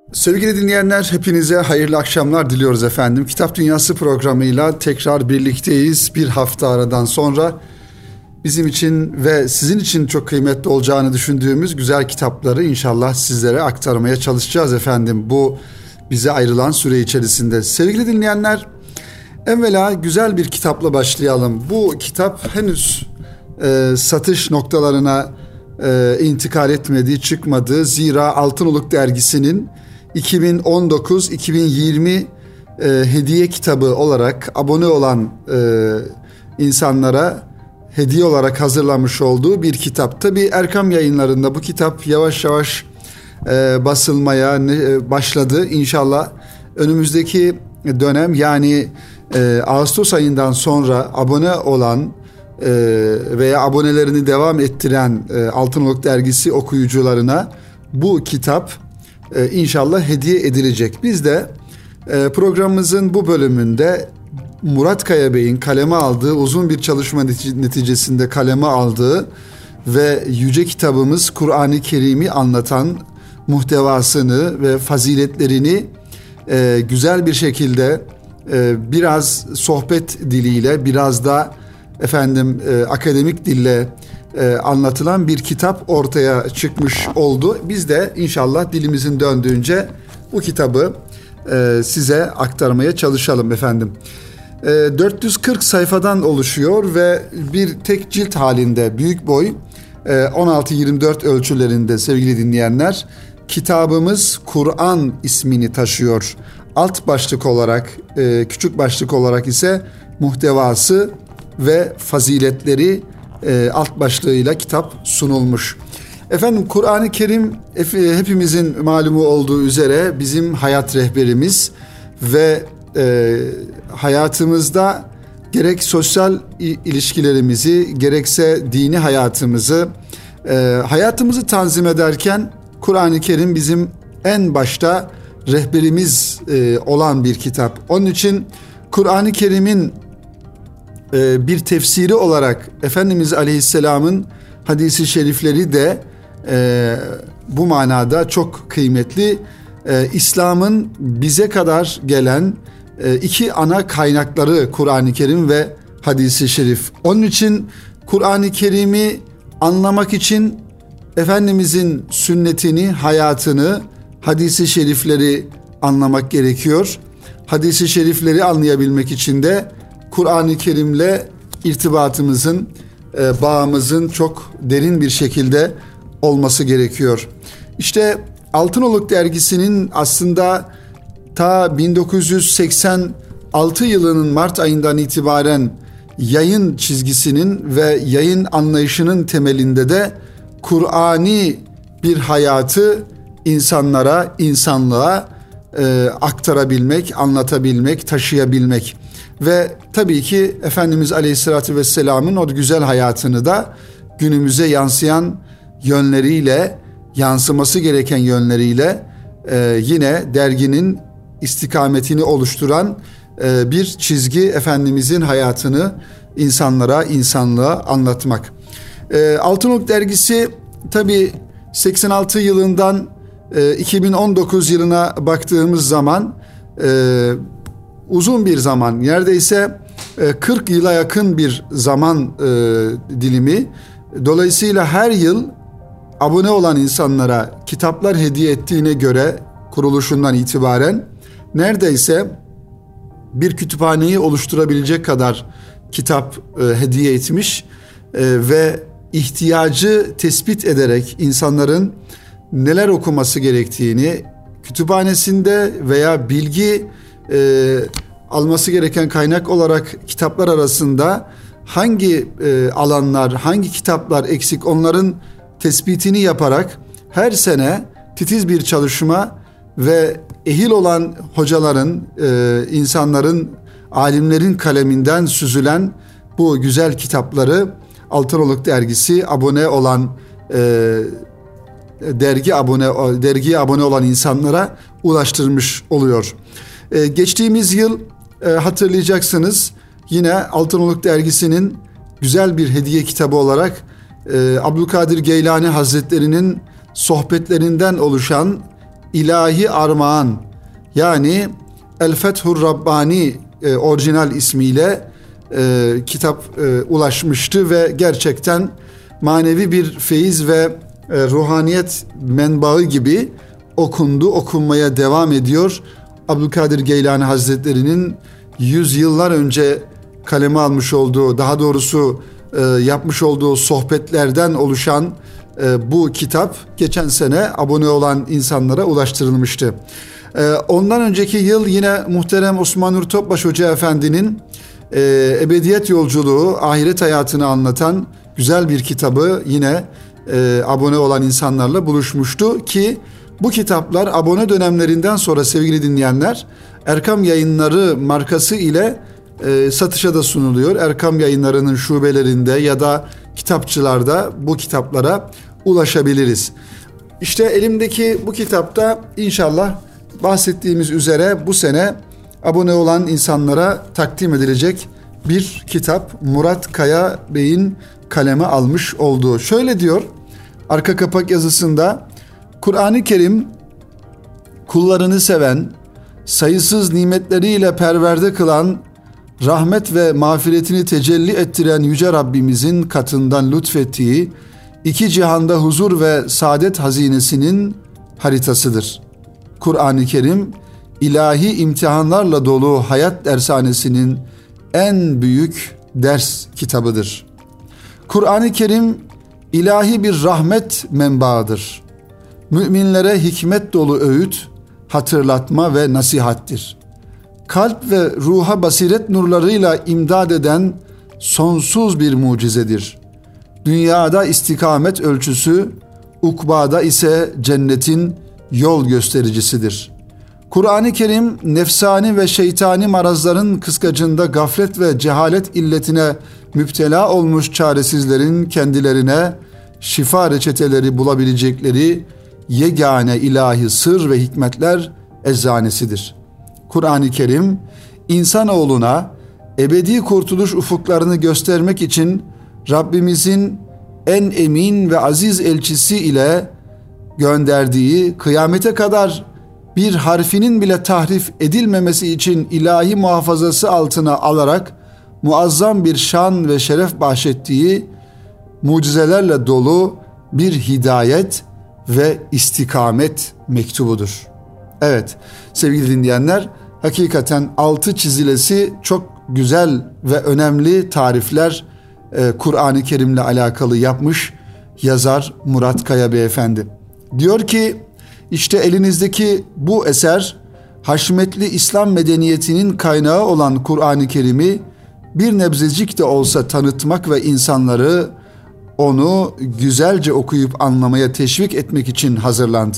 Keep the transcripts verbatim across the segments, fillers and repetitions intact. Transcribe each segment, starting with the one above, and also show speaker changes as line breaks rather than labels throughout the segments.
Sevgili dinleyenler, hepinize hayırlı akşamlar diliyoruz efendim. Kitap Dünyası programıyla tekrar birlikteyiz. Bir hafta aradan sonra bizim için ve sizin için çok kıymetli olacağını düşündüğümüz güzel kitapları inşallah sizlere aktarmaya çalışacağız efendim. Bu bize ayrılan süre içerisinde. Sevgili dinleyenler, evvela güzel bir kitapla başlayalım. Bu kitap henüz e, satış noktalarına e, intikal etmedi, çıkmadı. Zira Altınoluk Dergisi'nin iki bin on dokuz iki bin yirmi e, hediye kitabı olarak abone olan e, insanlara hediye olarak hazırlanmış olduğu bir kitap. Tabii Erkam Yayınları'nda bu kitap yavaş yavaş e, basılmaya e, başladı. İnşallah önümüzdeki dönem, yani e, Ağustos ayından sonra abone olan e, veya abonelerini devam ettiren e, Altınoluk Dergisi okuyucularına bu kitap Ee, İnşallah hediye edilecek. Biz de e, programımızın bu bölümünde Murat Kaya Bey'in kaleme aldığı, uzun bir çalışma neticesinde kaleme aldığı ve yüce kitabımız Kur'an-ı Kerim'i anlatan muhtevasını ve faziletlerini e, güzel bir şekilde e, biraz sohbet diliyle, biraz da efendim e, akademik dille Ee, anlatılan bir kitap ortaya çıkmış oldu. Biz de inşallah dilimizin döndüğünce bu kitabı e, size aktarmaya çalışalım efendim. E, dört yüz kırk sayfadan oluşuyor ve bir tek cilt halinde, büyük boy, e, on altı yirmi dört ölçülerinde sevgili dinleyenler. Kitabımız Kur'an ismini taşıyor. Alt başlık olarak, e, küçük başlık olarak ise muhtevası ve faziletleri E, alt başlığıyla kitap sunulmuş. Efendim, Kur'an-ı Kerim hepimizin malumu olduğu üzere bizim hayat rehberimiz ve e, hayatımızda gerek sosyal ilişkilerimizi gerekse dini hayatımızı e, hayatımızı tanzim ederken Kur'an-ı Kerim bizim en başta rehberimiz e, olan bir kitap. Onun için Kur'an-ı Kerim'in bir tefsiri olarak Efendimiz Aleyhisselam'ın hadisi şerifleri de e, bu manada çok kıymetli. E, İslam'ın bize kadar gelen e, iki ana kaynakları Kur'an-ı Kerim ve hadisi şerif. Onun için Kur'an-ı Kerim'i anlamak için Efendimizin sünnetini, hayatını, hadisi şerifleri anlamak gerekiyor. Hadisi şerifleri anlayabilmek için de Kur'an-ı Kerim'le irtibatımızın, e, bağımızın çok derin bir şekilde olması gerekiyor. İşte Altınoluk Dergisi'nin aslında ta bin dokuz yüz seksen altı yılının Mart ayından itibaren yayın çizgisinin ve yayın anlayışının temelinde de Kur'ani bir hayatı insanlara, insanlığa e, aktarabilmek, anlatabilmek, taşıyabilmek. Ve tabii ki Efendimiz Aleyhisselatü Vesselam'ın o güzel hayatını da günümüze yansıyan yönleriyle, yansıması gereken yönleriyle e, yine derginin istikametini oluşturan e, bir çizgi, Efendimizin hayatını insanlara, insanlığa anlatmak. E, Altınoluk Dergisi tabii seksen altı yılından e, iki bin on dokuz yılına baktığımız zaman e, uzun bir zaman, neredeyse kırk yıla yakın bir zaman dilimi. Dolayısıyla her yıl abone olan insanlara kitaplar hediye ettiğine göre kuruluşundan itibaren neredeyse bir kütüphaneyi oluşturabilecek kadar kitap hediye etmiş ve ihtiyacı tespit ederek insanların neler okuması gerektiğini, kütüphanesinde veya bilgi E, alması gereken kaynak olarak kitaplar arasında hangi e, alanlar, hangi kitaplar eksik, onların tespitini yaparak her sene titiz bir çalışma ve ehil olan hocaların, e, insanların, alimlerin kaleminden süzülen bu güzel kitapları Altınoluk Dergisi abone olan e, dergi abone dergiye abone olan insanlara ulaştırmış oluyor. Ee, geçtiğimiz yıl e, hatırlayacaksınız, yine Altınoluk Dergisi'nin güzel bir hediye kitabı olarak e, Abdülkadir Geylani Hazretleri'nin sohbetlerinden oluşan İlahi Armağan, yani El Fethur Rabbani e, orijinal ismiyle e, kitap e, ulaşmıştı ve gerçekten manevi bir feyiz ve e, ruhaniyet menbaı gibi okundu, okunmaya devam ediyor. Abdülkadir Geylani Hazretleri'nin yüzyıllar önce kaleme almış olduğu, daha doğrusu e, yapmış olduğu sohbetlerden oluşan e, bu kitap geçen sene abone olan insanlara ulaştırılmıştı. E, ondan önceki yıl yine muhterem Osman Nuri Topbaş Hoca Efendi'nin e, ebediyet yolculuğu, ahiret hayatını anlatan güzel bir kitabı yine e, abone olan insanlarla buluşmuştu ki bu kitaplar abone dönemlerinden sonra sevgili dinleyenler Erkam Yayınları markası ile e, satışa da sunuluyor. Erkam Yayınları'nın şubelerinde ya da kitapçılarda bu kitaplara ulaşabiliriz. İşte elimdeki bu kitapta inşallah bahsettiğimiz üzere bu sene abone olan insanlara takdim edilecek bir kitap, Murat Kaya Bey'in kaleme almış olduğu. Şöyle diyor arka kapak yazısında: Kur'an-ı Kerim kullarını seven, sayısız nimetleriyle perverde kılan, rahmet ve mağfiretini tecelli ettiren Yüce Rabbimizin katından lütfettiği iki cihanda huzur ve saadet hazinesinin haritasıdır. Kur'an-ı Kerim ilahi imtihanlarla dolu hayat dershanesinin en büyük ders kitabıdır. Kur'an-ı Kerim ilahi bir rahmet menbaıdır. Müminlere hikmet dolu öğüt, hatırlatma ve nasihattir. Kalp ve ruha basiret nurlarıyla imdad eden sonsuz bir mucizedir. Dünyada istikamet ölçüsü, ukbada ise cennetin yol göstericisidir. Kur'an-ı Kerim nefsani ve şeytani marazların kıskacında gaflet ve cehalet illetine müptela olmuş çaresizlerin kendilerine şifa reçeteleri bulabilecekleri yegane ilahi sır ve hikmetler eczanesidir. Kur'an-ı Kerim insanoğluna ebedi kurtuluş ufuklarını göstermek için Rabbimizin en emin ve aziz elçisi ile gönderdiği, kıyamete kadar bir harfinin bile tahrif edilmemesi için ilahi muhafazası altına alarak muazzam bir şan ve şeref bahşettiği mucizelerle dolu bir hidayet ve istikamet mektubudur. Evet sevgili dinleyenler, hakikaten altı çizilesi çok güzel ve önemli tarifler e, Kur'an-ı Kerim'le alakalı yapmış yazar Murat Kaya Beyefendi. Diyor ki işte elinizdeki bu eser haşmetli İslam medeniyetinin kaynağı olan Kur'an-ı Kerim'i bir nebzecik de olsa tanıtmak ve insanları onu güzelce okuyup anlamaya teşvik etmek için hazırlandı.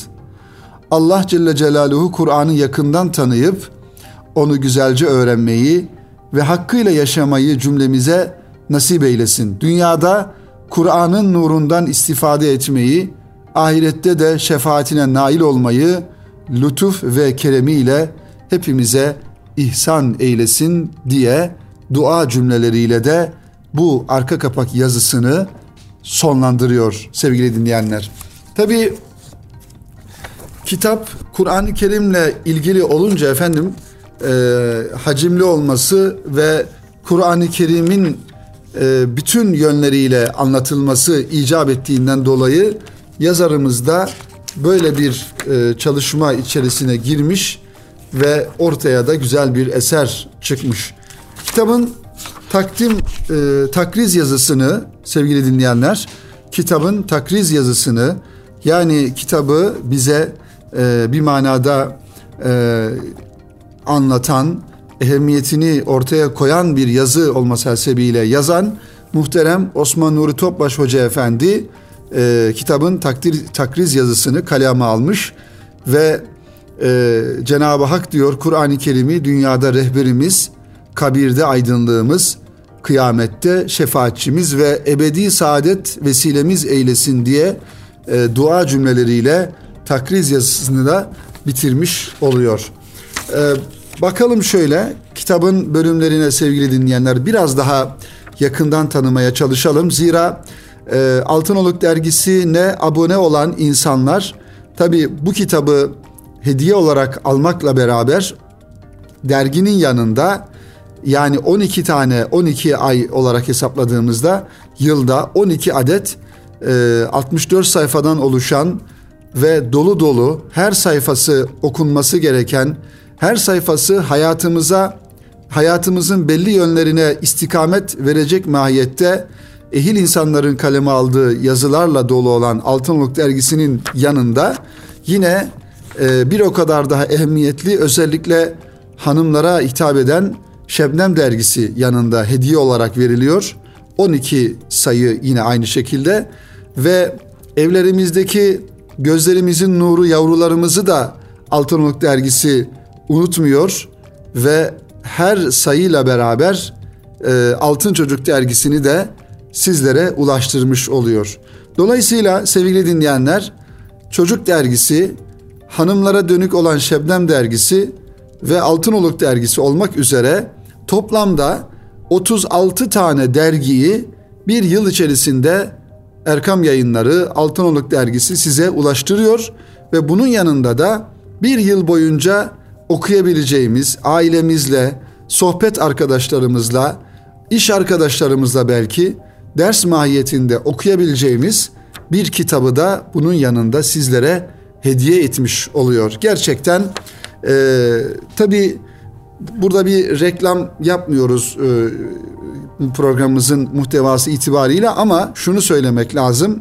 Allah Celle Celaluhu Kur'an'ı yakından tanıyıp onu güzelce öğrenmeyi ve hakkıyla yaşamayı cümlemize nasip eylesin. Dünyada Kur'an'ın nurundan istifade etmeyi, ahirette de şefaatine nail olmayı lütuf ve keremiyle hepimize ihsan eylesin diye dua cümleleriyle de bu arka kapak yazısını sonlandırıyor sevgili dinleyenler. Tabii kitap Kur'an-ı Kerim'le ilgili olunca efendim e, hacimli olması ve Kur'an-ı Kerim'in e, bütün yönleriyle anlatılması icap ettiğinden dolayı yazarımız da böyle bir e, çalışma içerisine girmiş ve ortaya da güzel bir eser çıkmış. Kitabın takdim e, takriz yazısını sevgili dinleyenler, kitabın takriz yazısını, yani kitabı bize e, bir manada e, anlatan, ehemmiyetini ortaya koyan bir yazı olması hasebiyle yazan muhterem Osman Nuri Topbaş Hoca Efendi e, kitabın takdir, takriz yazısını kaleme almış ve e, Cenab-ı Hak diyor Kur'an-ı Kerim'i dünyada rehberimiz, kabirde aydınlığımız, kıyamette şefaatçimiz ve ebedi saadet vesilemiz eylesin diye e, dua cümleleriyle takriz yazısını da bitirmiş oluyor. E, bakalım şöyle kitabın bölümlerine sevgili dinleyenler, biraz daha yakından tanımaya çalışalım. Zira e, Altınoluk Dergisi'ne abone olan insanlar tabii bu kitabı hediye olarak almakla beraber derginin yanında, yani on iki tane, on iki ay olarak hesapladığımızda yılda on iki adet e, altmış dört sayfadan oluşan ve dolu dolu, her sayfası okunması gereken, her sayfası hayatımıza, hayatımızın belli yönlerine istikamet verecek mahiyette ehil insanların kaleme aldığı yazılarla dolu olan Altınoluk dergisinin yanında yine e, bir o kadar daha ehemmiyetli, özellikle hanımlara hitap eden Şebnem dergisi yanında hediye olarak veriliyor. on iki sayı yine aynı şekilde ve evlerimizdeki gözlerimizin nuru yavrularımızı da Altınoluk dergisi unutmuyor ve her sayıyla beraber e, Altın Çocuk dergisini de sizlere ulaştırmış oluyor. Dolayısıyla sevgili dinleyenler, Çocuk dergisi, hanımlara dönük olan Şebnem dergisi ve Altınoluk dergisi olmak üzere toplamda otuz altı tane dergiyi bir yıl içerisinde Erkam Yayınları, Altınoluk dergisi size ulaştırıyor ve bunun yanında da bir yıl boyunca okuyabileceğimiz, ailemizle, sohbet arkadaşlarımızla, iş arkadaşlarımızla belki ders mahiyetinde okuyabileceğimiz bir kitabı da bunun yanında sizlere hediye etmiş oluyor. Gerçekten e, tabii burada bir reklam yapmıyoruz e, programımızın muhtevası itibariyle, ama şunu söylemek lazım.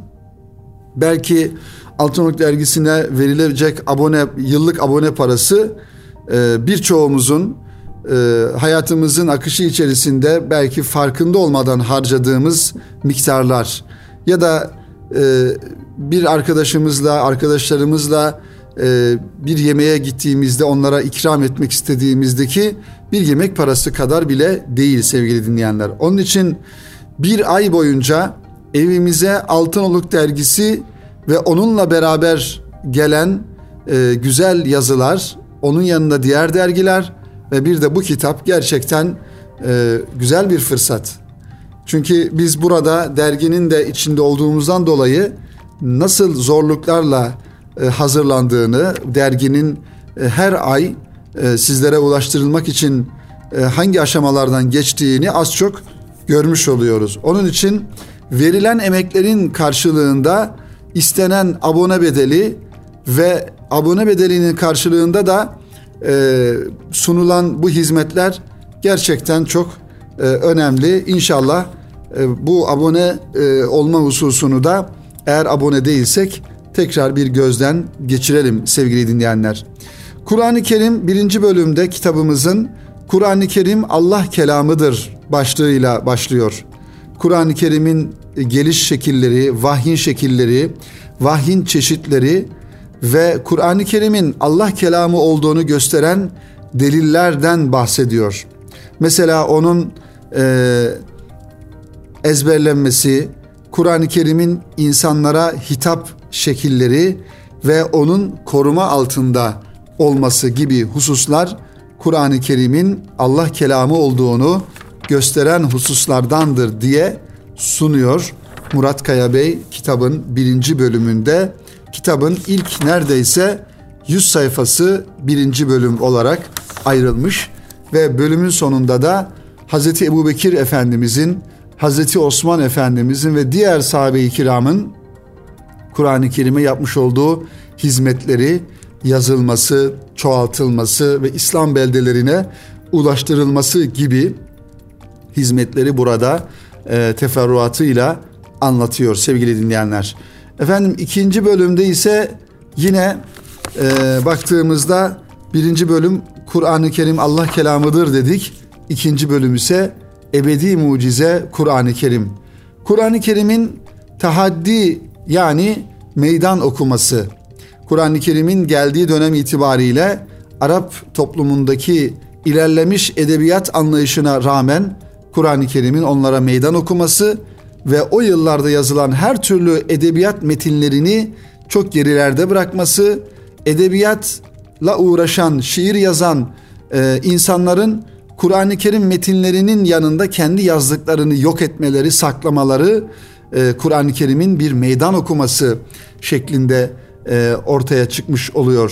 Belki Altınoluk dergisine verilecek abone, yıllık abone parası e, birçoğumuzun e, hayatımızın akışı içerisinde belki farkında olmadan harcadığımız miktarlar ya da e, bir arkadaşımızla, arkadaşlarımızla e, bir yemeğe gittiğimizde onlara ikram etmek istediğimizdeki bir yemek parası kadar bile değil sevgili dinleyenler. Onun için bir ay boyunca evimize Altınoluk dergisi ve onunla beraber gelen e, güzel yazılar, onun yanında diğer dergiler ve bir de bu kitap gerçekten e, güzel bir fırsat. Çünkü biz burada derginin de içinde olduğumuzdan dolayı nasıl zorluklarla e, hazırlandığını, derginin e, her ay e, sizlere ulaştırılmak için e, hangi aşamalardan geçtiğini az çok görmüş oluyoruz. Onun için verilen emeklerin karşılığında istenen abone bedeli ve abone bedelinin karşılığında da e, sunulan bu hizmetler gerçekten çok e, önemli. İnşallah e, bu abone e, olma hususunu da eğer abone değilsek tekrar bir gözden geçirelim sevgili dinleyenler. Kur'an-ı Kerim birinci bölümde kitabımızın Kur'an-ı Kerim Allah kelamıdır başlığıyla başlıyor. Kur'an-ı Kerim'in geliş şekilleri, vahyin şekilleri, vahyin çeşitleri ve Kur'an-ı Kerim'in Allah kelamı olduğunu gösteren delillerden bahsediyor. Mesela onun e, ezberlenmesi, Kur'an-ı Kerim'in insanlara hitap şekilleri ve onun koruma altında olması gibi hususlar Kur'an-ı Kerim'in Allah kelamı olduğunu gösteren hususlardandır diye sunuyor Murat Kaya Bey kitabın birinci bölümünde. Kitabın ilk neredeyse yüz sayfası birinci bölüm olarak ayrılmış ve bölümün sonunda da Hazreti Ebubekir Efendimizin, Hazreti Osman Efendimizin ve diğer sahabe-i kiramın Kur'an-ı Kerim'e yapmış olduğu hizmetleri, yazılması, çoğaltılması ve İslam beldelerine ulaştırılması gibi hizmetleri burada e, teferruatıyla anlatıyor sevgili dinleyenler. Efendim ikinci bölümde ise yine e, baktığımızda birinci bölüm Kur'an-ı Kerim Allah kelamıdır dedik. İkinci bölüm ise ebedi mucize Kur'an-ı Kerim. Kur'an-ı Kerim'in tahaddi yani meydan okuması. Kur'an-ı Kerim'in geldiği dönem itibariyle Arap toplumundaki ilerlemiş edebiyat anlayışına rağmen Kur'an-ı Kerim'in onlara meydan okuması ve o yıllarda yazılan her türlü edebiyat metinlerini çok gerilerde bırakması, edebiyatla uğraşan, şiir yazan e, insanların Kur'an-ı Kerim metinlerinin yanında kendi yazdıklarını yok etmeleri, saklamaları, e, Kur'an-ı Kerim'in bir meydan okuması şeklinde e, ortaya çıkmış oluyor.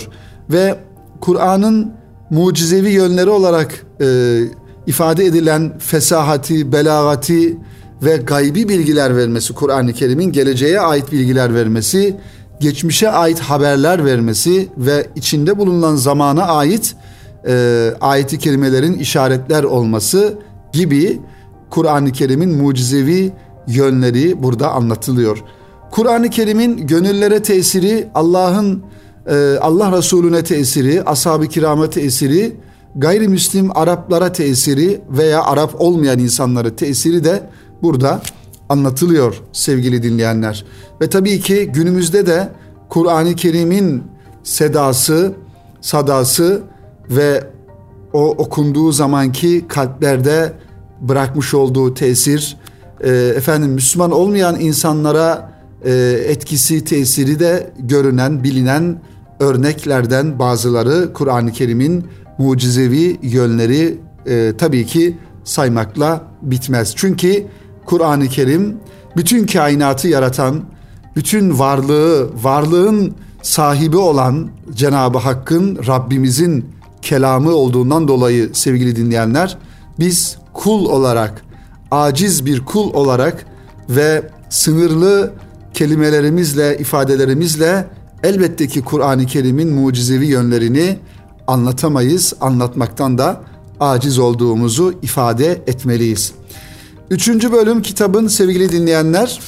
ve Kur'an'ın mucizevi yönleri olarak e, ifade edilen fesahati, belagati ve gaybi bilgiler vermesi, Kur'an-ı Kerim'in geleceğe ait bilgiler vermesi, geçmişe ait haberler vermesi ve içinde bulunan zamana ait e, ayet-i kerimelerin işaretler olması gibi Kur'an-ı Kerim'in mucizevi yönleri burada anlatılıyor. Kur'an-ı Kerim'in gönüllere tesiri, Allah'ın e, Allah Resulüne tesiri, ashab-ı kirama tesiri, gayrimüslim Araplara tesiri veya Arap olmayan insanlara tesiri de burada anlatılıyor sevgili dinleyenler. Ve tabii ki günümüzde de Kur'an-ı Kerim'in sedası, sadası ve o okunduğu zamanki kalplerde bırakmış olduğu tesir, e, efendim Müslüman olmayan insanlara e, etkisi, tesiri de görünen, bilinen örneklerden bazıları. Kur'an-ı Kerim'in mucizevi yönleri e, tabii ki saymakla bitmez. Çünkü Kur'an-ı Kerim bütün kainatı yaratan, bütün varlığı, varlığın sahibi olan Cenab-ı Hakk'ın, Rabbimizin kelamı olduğundan dolayı sevgili dinleyenler, biz kul olarak, aciz bir kul olarak ve sınırlı kelimelerimizle, ifadelerimizle elbette ki Kur'an-ı Kerim'in mucizevi yönlerini anlatamayız, anlatmaktan da aciz olduğumuzu ifade etmeliyiz. Üçüncü bölüm kitabın sevgili dinleyenler,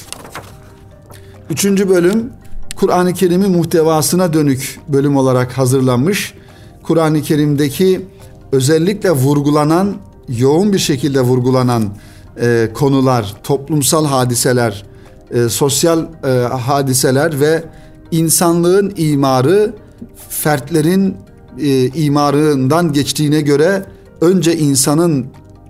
üçüncü bölüm Kur'an-ı Kerim'in muhtevasına dönük bölüm olarak hazırlanmış. Kur'an-ı Kerim'deki özellikle vurgulanan, yoğun bir şekilde vurgulanan e, konular, toplumsal hadiseler, e, sosyal e, hadiseler ve insanlığın imarı, fertlerin e, imarından geçtiğine göre önce insanın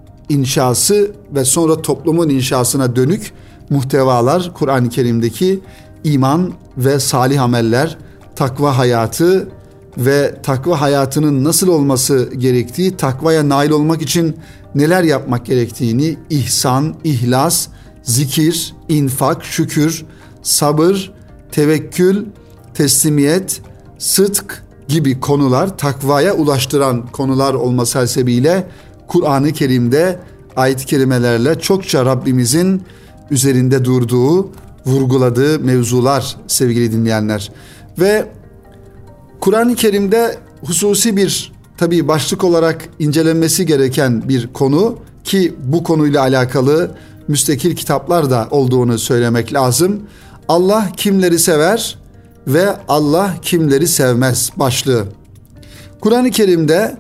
inşası ve sonra toplumun inşasına dönük muhtevalar Kur'an-ı Kerim'deki iman ve salih ameller, takva hayatı ve takva hayatının nasıl olması gerektiği, takvaya nail olmak için neler yapmak gerektiğini, ihsan, ihlas, zikir, infak, şükür, sabır, tevekkül, teslimiyet, sıdk gibi konular, takvaya ulaştıran konular olması hasebiyle Kur'an-ı Kerim'de ayet-i kerimelerle çokça Rabbimizin üzerinde durduğu, vurguladığı mevzular sevgili dinleyenler. Ve Kur'an-ı Kerim'de hususi bir tabii başlık olarak incelenmesi gereken bir konu ki bu konuyla alakalı müstakil kitaplar da olduğunu söylemek lazım. Allah kimleri sever ve Allah kimleri sevmez başlığı. Kur'an-ı Kerim'de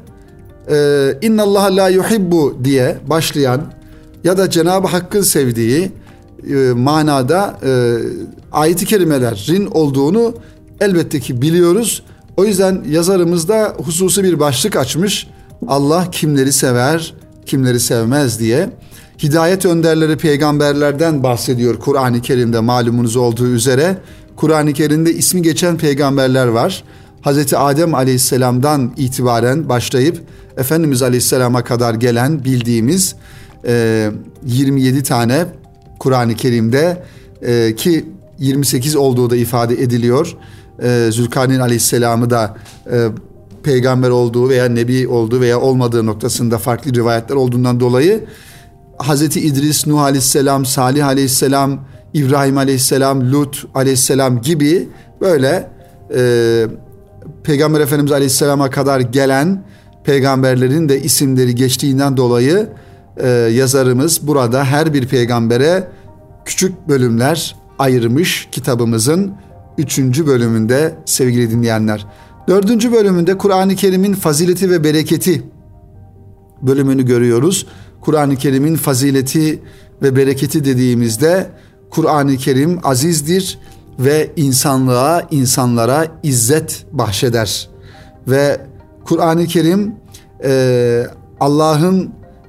e, İnnallâhe lâ yuhibbu diye başlayan ya da Cenab-ı Hakk'ın sevdiği e, manada e, ayet-i kerimelerin olduğunu elbette ki biliyoruz. O yüzden yazarımız da hususi bir başlık açmış. Allah kimleri sever, kimleri sevmez diye. Hidayet önderleri peygamberlerden bahsediyor Kur'an-ı Kerim'de malumunuz olduğu üzere. Kur'an-ı Kerim'de ismi geçen peygamberler var. Hazreti Adem Aleyhisselam'dan itibaren başlayıp Efendimiz Aleyhisselam'a kadar gelen bildiğimiz e, yirmi yedi tane Kur'an-ı Kerim'de e, ki yirmi sekiz olduğu da ifade ediliyor. E, Zülkarneyn Aleyhisselam'ı da e, peygamber olduğu veya nebi olduğu veya olmadığı noktasında farklı rivayetler olduğundan dolayı Hazreti İdris, Nuh Aleyhisselam, Salih Aleyhisselam, İbrahim Aleyhisselam, Lut Aleyhisselam gibi böyle e, Peygamber Efendimiz Aleyhisselam'a kadar gelen peygamberlerin de isimleri geçtiğinden dolayı e, yazarımız burada her bir peygambere küçük bölümler ayırmış kitabımızın üçüncü bölümünde sevgili dinleyenler. Dördüncü bölümünde Kur'an-ı Kerim'in fazileti ve bereketi bölümünü görüyoruz. Kur'an-ı Kerim'in fazileti ve bereketi dediğimizde Kur'an-ı Kerim azizdir ve insanlığa, insanlara izzet bahşeder. Ve Kur'an-ı Kerim e, Allah'ın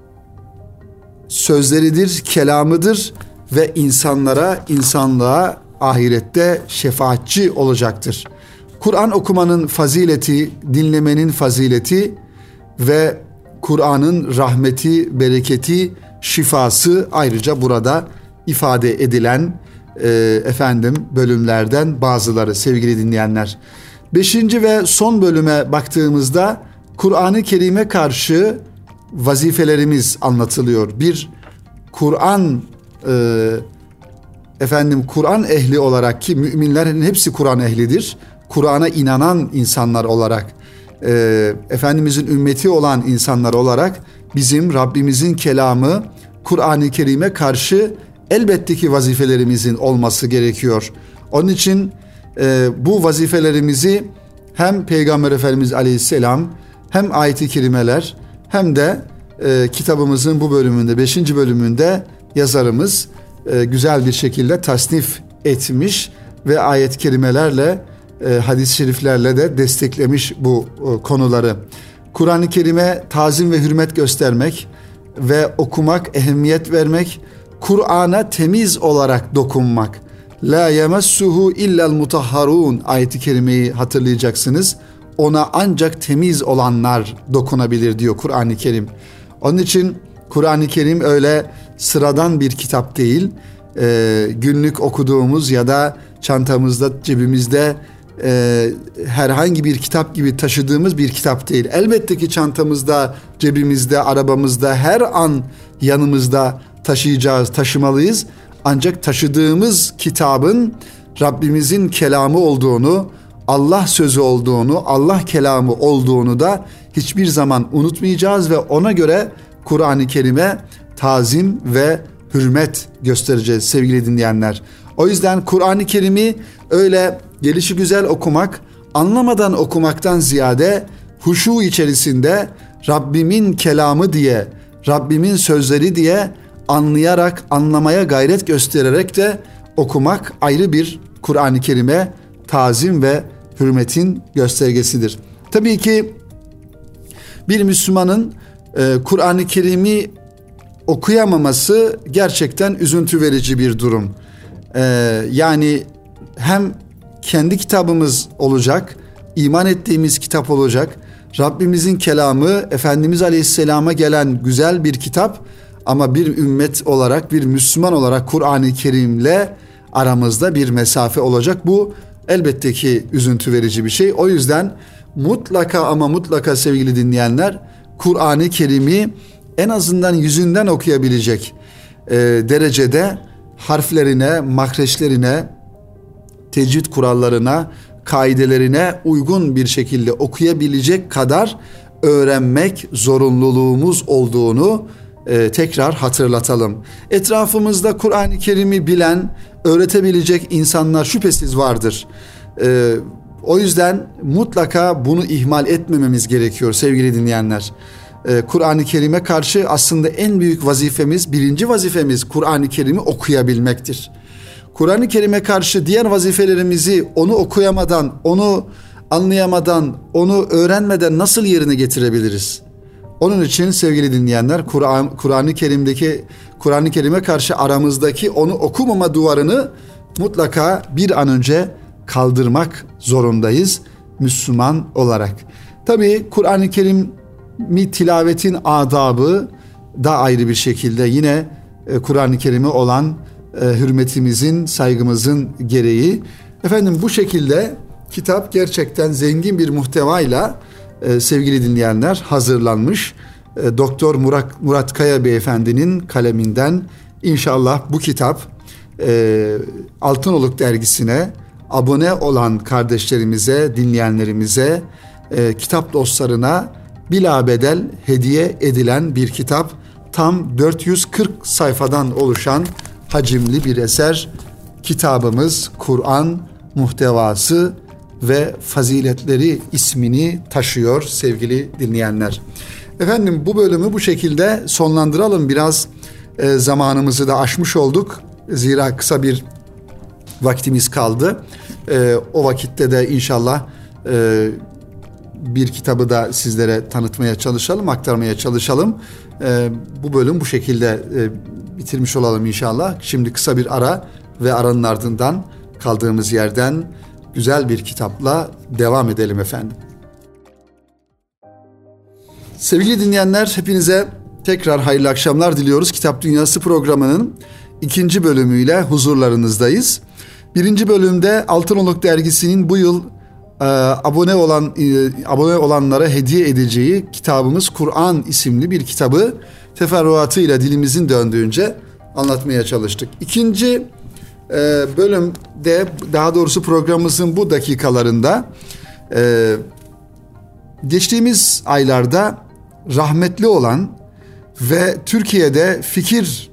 sözleridir, kelamıdır ve insanlara, insanlığa ahirette şefaatçi olacaktır. Kur'an okumanın fazileti, dinlemenin fazileti ve Kur'an'ın rahmeti, bereketi, şifası ayrıca burada ifade edilen e, efendim bölümlerden bazıları sevgili dinleyenler. Beşinci ve son bölüme baktığımızda Kur'an-ı Kerim'e karşı vazifelerimiz anlatılıyor. Bir Kur'an e, efendim Kur'an ehli olarak, ki müminlerin hepsi Kur'an ehlidir. Kur'an'a inanan insanlar olarak, e, Efendimizin ümmeti olan insanlar olarak bizim Rabbimizin kelamı Kur'an-ı Kerim'e karşı elbette ki vazifelerimizin olması gerekiyor. Onun için e, bu vazifelerimizi hem Peygamber Efendimiz Aleyhisselam, hem ayet-i kerimeler, hem de e, kitabımızın bu bölümünde, beşinci bölümünde yazarımız e, güzel bir şekilde tasnif etmiş ve ayet-i kerimelerle, e, hadis-i şeriflerle de desteklemiş bu e, konuları. Kur'an-ı Kerim'e tazim ve hürmet göstermek ve okumak, ehemmiyet vermek, Kur'an'a temiz olarak dokunmak. La yemessuhu illel mutahharun ayeti kerimeyi hatırlayacaksınız. Ona ancak temiz olanlar dokunabilir diyor Kur'an-ı Kerim. Onun için Kur'an-ı Kerim öyle sıradan bir kitap değil. Ee, günlük okuduğumuz ya da çantamızda, cebimizde e, herhangi bir kitap gibi taşıdığımız bir kitap değil. Elbette ki çantamızda, cebimizde, arabamızda, her an yanımızda taşıyacağız, taşımalıyız. Ancak taşıdığımız kitabın Rabbimizin kelamı olduğunu, Allah sözü olduğunu, Allah kelamı olduğunu da hiçbir zaman unutmayacağız ve ona göre Kur'an-ı Kerim'e tazim ve hürmet göstereceğiz sevgili dinleyenler. O yüzden Kur'an-ı Kerim'i öyle gelişi güzel okumak, anlamadan okumaktan ziyade huşu içerisinde Rabbimin kelamı diye, Rabbimin sözleri diye anlayarak, anlamaya gayret göstererek de okumak ayrı bir Kur'an-ı Kerim'e tazim ve hürmetin göstergesidir. Tabii ki bir Müslümanın e, Kur'an-ı Kerim'i okuyamaması gerçekten üzüntü verici bir durum. E, yani hem kendi kitabımız olacak, iman ettiğimiz kitap olacak, Rabbimizin kelamı, Efendimiz Aleyhisselam'a gelen güzel bir kitap, ama bir ümmet olarak, bir Müslüman olarak Kur'an-ı Kerim'le aramızda bir mesafe olacak. Bu elbette ki üzüntü verici bir şey. O yüzden mutlaka ama mutlaka sevgili dinleyenler, Kur'an-ı Kerim'i en azından yüzünden okuyabilecek e, derecede harflerine, mahreçlerine, tecvid kurallarına, kaidelerine uygun bir şekilde okuyabilecek kadar öğrenmek zorunluluğumuz olduğunu e, tekrar hatırlatalım. Etrafımızda Kur'an-ı Kerim'i bilen, öğretebilecek insanlar şüphesiz vardır. E, o yüzden mutlaka bunu ihmal etmememiz gerekiyor sevgili dinleyenler. E, Kur'an-ı Kerim'e karşı aslında en büyük vazifemiz, birinci vazifemiz Kur'an-ı Kerim'i okuyabilmektir. Kur'an-ı Kerim'e karşı diğer vazifelerimizi onu okuyamadan, onu anlayamadan, onu öğrenmeden nasıl yerine getirebiliriz? Onun için sevgili dinleyenler, Kur'an, Kur'an-ı Kerim'deki Kur'an-ı Kerim'e karşı aramızdaki onu okumama duvarını mutlaka bir an önce kaldırmak zorundayız Müslüman olarak. Tabii Kur'an-ı Kerim'i tilavetin adabı da ayrı bir şekilde yine Kur'an-ı Kerim'e olan e, hürmetimizin, saygımızın gereği. Efendim bu şekilde kitap gerçekten zengin bir muhtevayla e, sevgili dinleyenler hazırlanmış. E, Doktor Murat, Murat Kaya Beyefendinin kaleminden inşallah bu kitap e, Altınoluk dergisine abone olan kardeşlerimize, dinleyenlerimize, e, kitap dostlarına bilabedel hediye edilen bir kitap. Tam dört yüz kırk sayfadan oluşan hacimli bir eser. Kitabımız Kur'an muhtevası ve faziletleri ismini taşıyor sevgili dinleyenler. Efendim bu bölümü bu şekilde sonlandıralım. Biraz e, zamanımızı da aşmış olduk. Zira kısa bir vaktimiz kaldı. E, o vakitte de inşallah e, bir kitabı da sizlere tanıtmaya çalışalım, aktarmaya çalışalım. E, bu bölüm bu şekilde e, bitirmiş olalım inşallah. Şimdi kısa bir ara ve aranın ardından kaldığımız yerden güzel bir kitapla devam edelim efendim. Sevgili dinleyenler, hepinize tekrar hayırlı akşamlar diliyoruz. Kitap Dünyası programının ikinci bölümüyle huzurlarınızdayız. Birinci bölümde Altınoluk dergisinin bu yıl abone olan abone olanlara hediye edeceği kitabımız Kur'an isimli bir kitabı teferruatıyla dilimizin döndüğünce anlatmaya çalıştık. İkinci bölümde, daha doğrusu programımızın bu dakikalarında geçtiğimiz aylarda rahmetli olan ve Türkiye'de fikir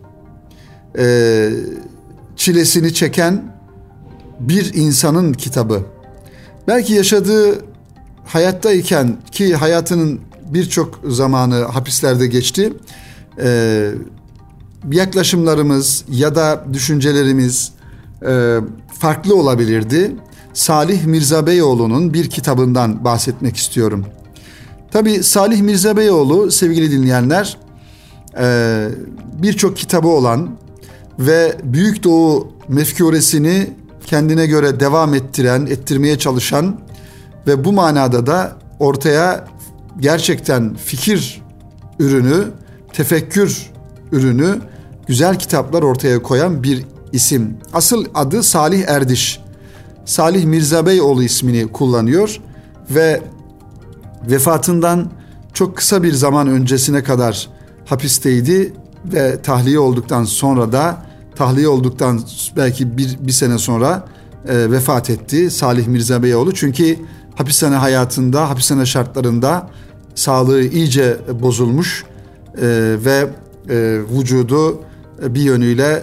çilesini çeken bir insanın kitabı. Belki yaşadığı hayattayken, ki hayatının birçok zamanı hapislerde geçti, Ee, yaklaşımlarımız ya da düşüncelerimiz e, farklı olabilirdi. Salih Mirzabeyoğlu'nun bir kitabından bahsetmek istiyorum. Tabii Salih Mirzabeyoğlu, sevgili dinleyenler, e, birçok kitabı olan ve Büyük Doğu mefkuresini kendine göre devam ettiren, ettirmeye çalışan ve bu manada da ortaya gerçekten fikir ürünü, tefekkür ürünü, güzel kitaplar ortaya koyan bir isim. Asıl adı Salih Erdiş. Salih Mirzabeyoğlu ismini kullanıyor ve vefatından çok kısa bir zaman öncesine kadar hapisteydi ve tahliye olduktan sonra da tahliye olduktan belki bir, bir sene sonra e, vefat etti Salih Mirzabeyoğlu. Çünkü hapishane hayatında, hapishane şartlarında sağlığı iyice bozulmuş e, ve e, vücudu bir yönüyle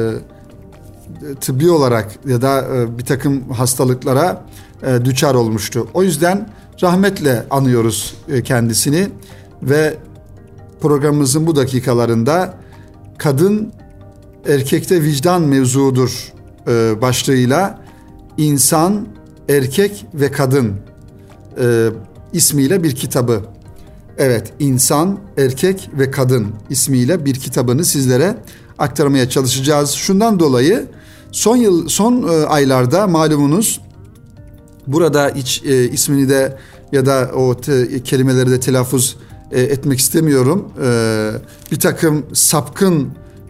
e, tıbbi olarak ya da e, bir takım hastalıklara e, düçar olmuştu. O yüzden rahmetle anıyoruz e, kendisini ve programımızın bu dakikalarında kadın erkekte vicdan mevzudur e, başlığıyla İnsan, Erkek ve Kadın e, ismiyle bir kitabı. Evet, İnsan, Erkek ve Kadın ismiyle bir kitabını sizlere aktarmaya çalışacağız. Şundan dolayı son yıl son e, aylarda malumunuz, burada hiç e, ismini de ya da o te, kelimeleri de telaffuz e, etmek istemiyorum. E, bir takım sapkın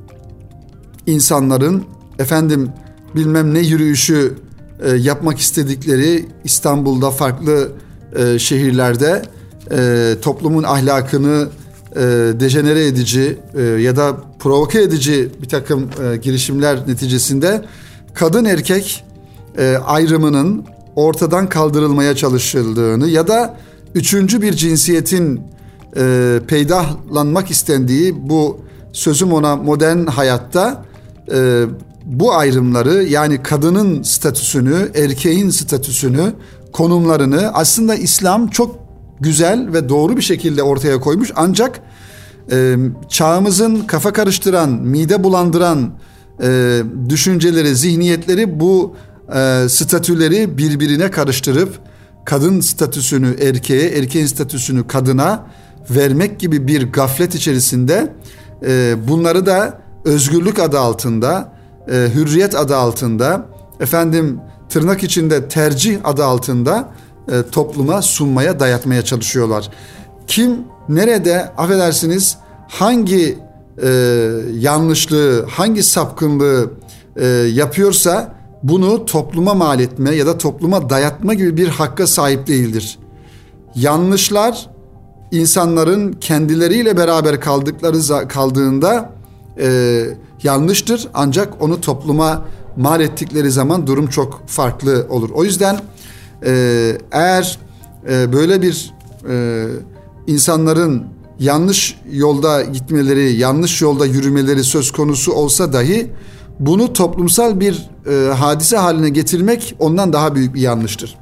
insanların efendim bilmem ne yürüyüşü e, yapmak istedikleri İstanbul'da, farklı e, şehirlerde e, toplumun ahlakını e, dejenere edici e, ya da provoke edici bir takım e, girişimler neticesinde kadın erkek e, ayrımının ortadan kaldırılmaya çalışıldığını ya da üçüncü bir cinsiyetin e, peydahlanmak istendiği bu, sözüm ona, modern hayatta e, bu ayrımları, yani kadının statüsünü, erkeğin statüsünü, konumlarını aslında İslam çok güzel ve doğru bir şekilde ortaya koymuş. Ancak e, çağımızın kafa karıştıran, mide bulandıran e, düşünceleri, zihniyetleri bu e, statüleri birbirine karıştırıp kadın statüsünü erkeğe, erkeğin statüsünü kadına vermek gibi bir gaflet içerisinde e, bunları da özgürlük adı altında, e, hürriyet adı altında, efendim tırnak içinde tercih adı altında e, topluma sunmaya, dayatmaya çalışıyorlar. Kim nerede, affedersiniz, hangi e, yanlışlığı, hangi sapkınlığı e, yapıyorsa bunu topluma mal etme ya da topluma dayatma gibi bir hakka sahip değildir. Yanlışlar insanların kendileriyle beraber kaldıkları kaldığında e, yanlıştır, ancak onu topluma mal ettikleri zaman durum çok farklı olur. O yüzden e, eğer e, böyle bir e, insanların yanlış yolda gitmeleri, yanlış yolda yürümeleri söz konusu olsa dahi bunu toplumsal bir e, hadise haline getirmek ondan daha büyük bir yanlıştır.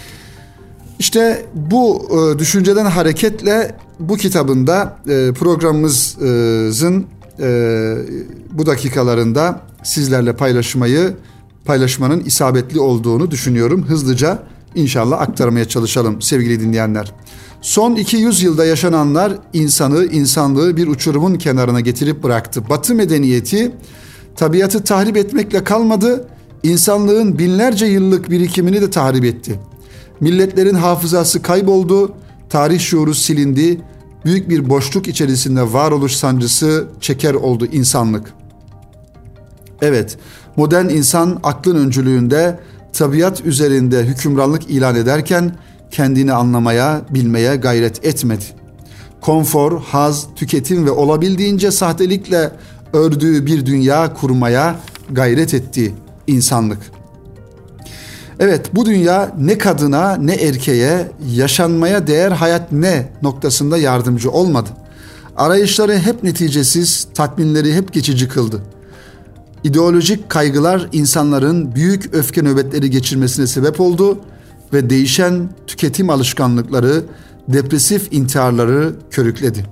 İşte bu e, düşünceden hareketle bu kitabında e, programımızın e, bu dakikalarında sizlerle paylaşmayı, paylaşmanın isabetli olduğunu düşünüyorum. Hızlıca inşallah aktarmaya çalışalım sevgili dinleyenler. Son iki yüz yılda yaşananlar insanı, insanlığı bir uçurumun kenarına getirip bıraktı. Batı medeniyeti tabiatı tahrip etmekle kalmadı, insanlığın binlerce yıllık birikimini de tahrip etti. Milletlerin hafızası kayboldu, tarih şuuru silindi, büyük bir boşluk içerisinde varoluş sancısı çeker oldu insanlık. Evet, modern insan aklın öncülüğünde tabiat üzerinde hükümranlık ilan ederken kendini anlamaya, bilmeye gayret etmedi. Konfor, haz, tüketim ve olabildiğince sahtelikle ördüğü bir dünya kurmaya gayret etti insanlık. Evet, bu dünya ne kadına ne erkeğe yaşanmaya değer hayat ne noktasında yardımcı olmadı. Arayışları hep neticesiz, tatminleri hep geçici kıldı. İdeolojik kaygılar insanların büyük öfke nöbetleri geçirmesine sebep oldu ve değişen tüketim alışkanlıkları depresif intiharları körükledi.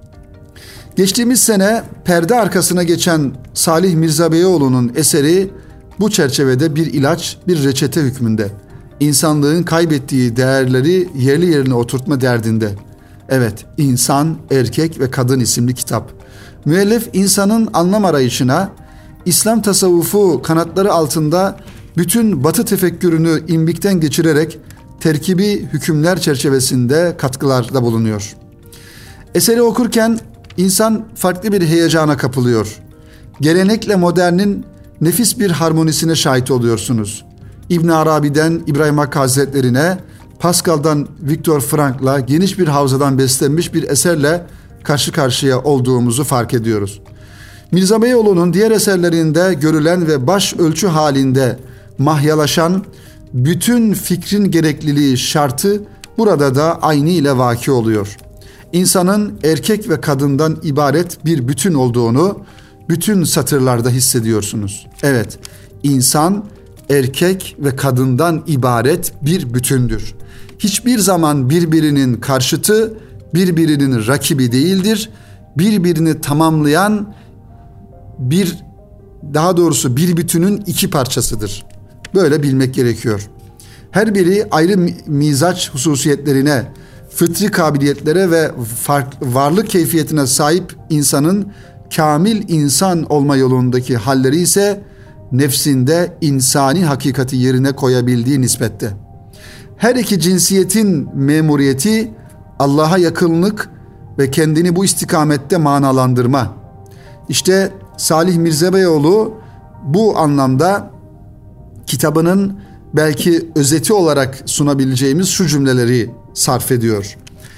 Geçtiğimiz sene perde arkasına geçen Salih Mirza Beyoğlu'nun eseri bu çerçevede bir ilaç, bir reçete hükmünde. İnsanlığın kaybettiği değerleri yerli yerine oturtma derdinde. Evet, İnsan, Erkek ve Kadın isimli kitap. Müellif insanın anlam arayışına, İslam tasavvufu kanatları altında bütün Batı tefekkürünü imbikten geçirerek terkibi hükümler çerçevesinde katkılarda bulunuyor. Eseri okurken insan farklı bir heyecana kapılıyor. Gelenekle modernin nefis bir harmonisine şahit oluyorsunuz. İbn Arabi'den İbrahim Hakkı Hazretlerine, Pascal'dan Viktor Frankl'a geniş bir havzadan beslenmiş bir eserle karşı karşıya olduğumuzu fark ediyoruz. Mirza Beyoğlu'nun diğer eserlerinde görülen ve baş ölçü halinde mahyalaşan bütün fikrin gerekliliği şartı burada da aynı ile vaki oluyor. İnsanın erkek ve kadından ibaret bir bütün olduğunu bütün satırlarda hissediyorsunuz. Evet, insan erkek ve kadından ibaret bir bütündür. Hiçbir zaman birbirinin karşıtı, birbirinin rakibi değildir. Birbirini tamamlayan bir, daha doğrusu bir bütünün iki parçasıdır. Böyle bilmek gerekiyor. Her biri ayrı mizaç hususiyetlerine, fıtri kabiliyetlere ve fark, varlık keyfiyetine sahip insanın kamil insan olma yolundaki halleri ise nefsinde insani hakikati yerine koyabildiği nispette. Her iki cinsiyetin memuriyeti Allah'a yakınlık ve kendini bu istikamette manalandırma. İşte Salih Mirza Beyoğlu bu anlamda kitabının belki özeti olarak sunabileceğimiz şu cümleleri sarf ediyor.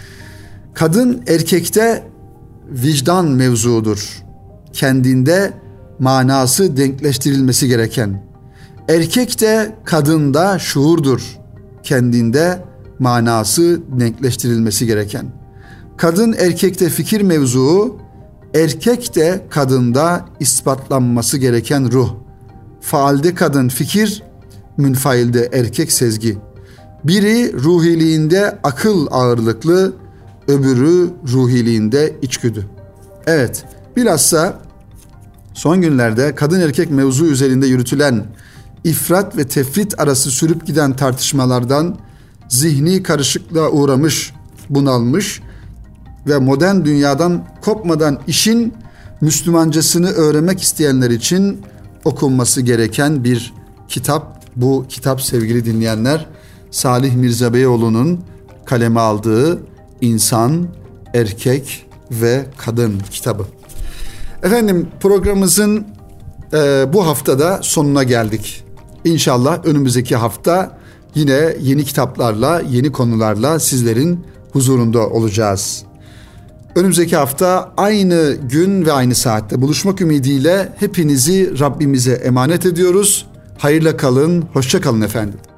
Kadın erkekte vicdan mevzuudur. Kendinde manası denkleştirilmesi gereken. Erkek de kadında şuurdur. Kendinde manası denkleştirilmesi gereken. Kadın erkekte fikir mevzuu, erkek de kadında ispatlanması gereken ruh. Faalde kadın fikir, münfailde erkek sezgi. Biri ruhiliğinde akıl ağırlıklı, öbürü ruhiliğinde içgüdü. Evet, bilhassa son günlerde kadın erkek mevzu üzerinde yürütülen ifrat ve tefrit arası sürüp giden tartışmalardan zihni karışıklığa uğramış, bunalmış ve modern dünyadan kopmadan işin Müslümancasını öğrenmek isteyenler için okunması gereken bir kitap. Bu kitap sevgili dinleyenler, Salih Mirza Beyoğlu'nun kaleme aldığı İnsan, Erkek ve Kadın kitabı. Efendim, programımızın e, bu haftada sonuna geldik. İnşallah önümüzdeki hafta yine yeni kitaplarla, yeni konularla sizlerin huzurunda olacağız. Önümüzdeki hafta aynı gün ve aynı saatte buluşmak ümidiyle hepinizi Rabbimize emanet ediyoruz. Hayırla kalın, hoşça kalın efendim.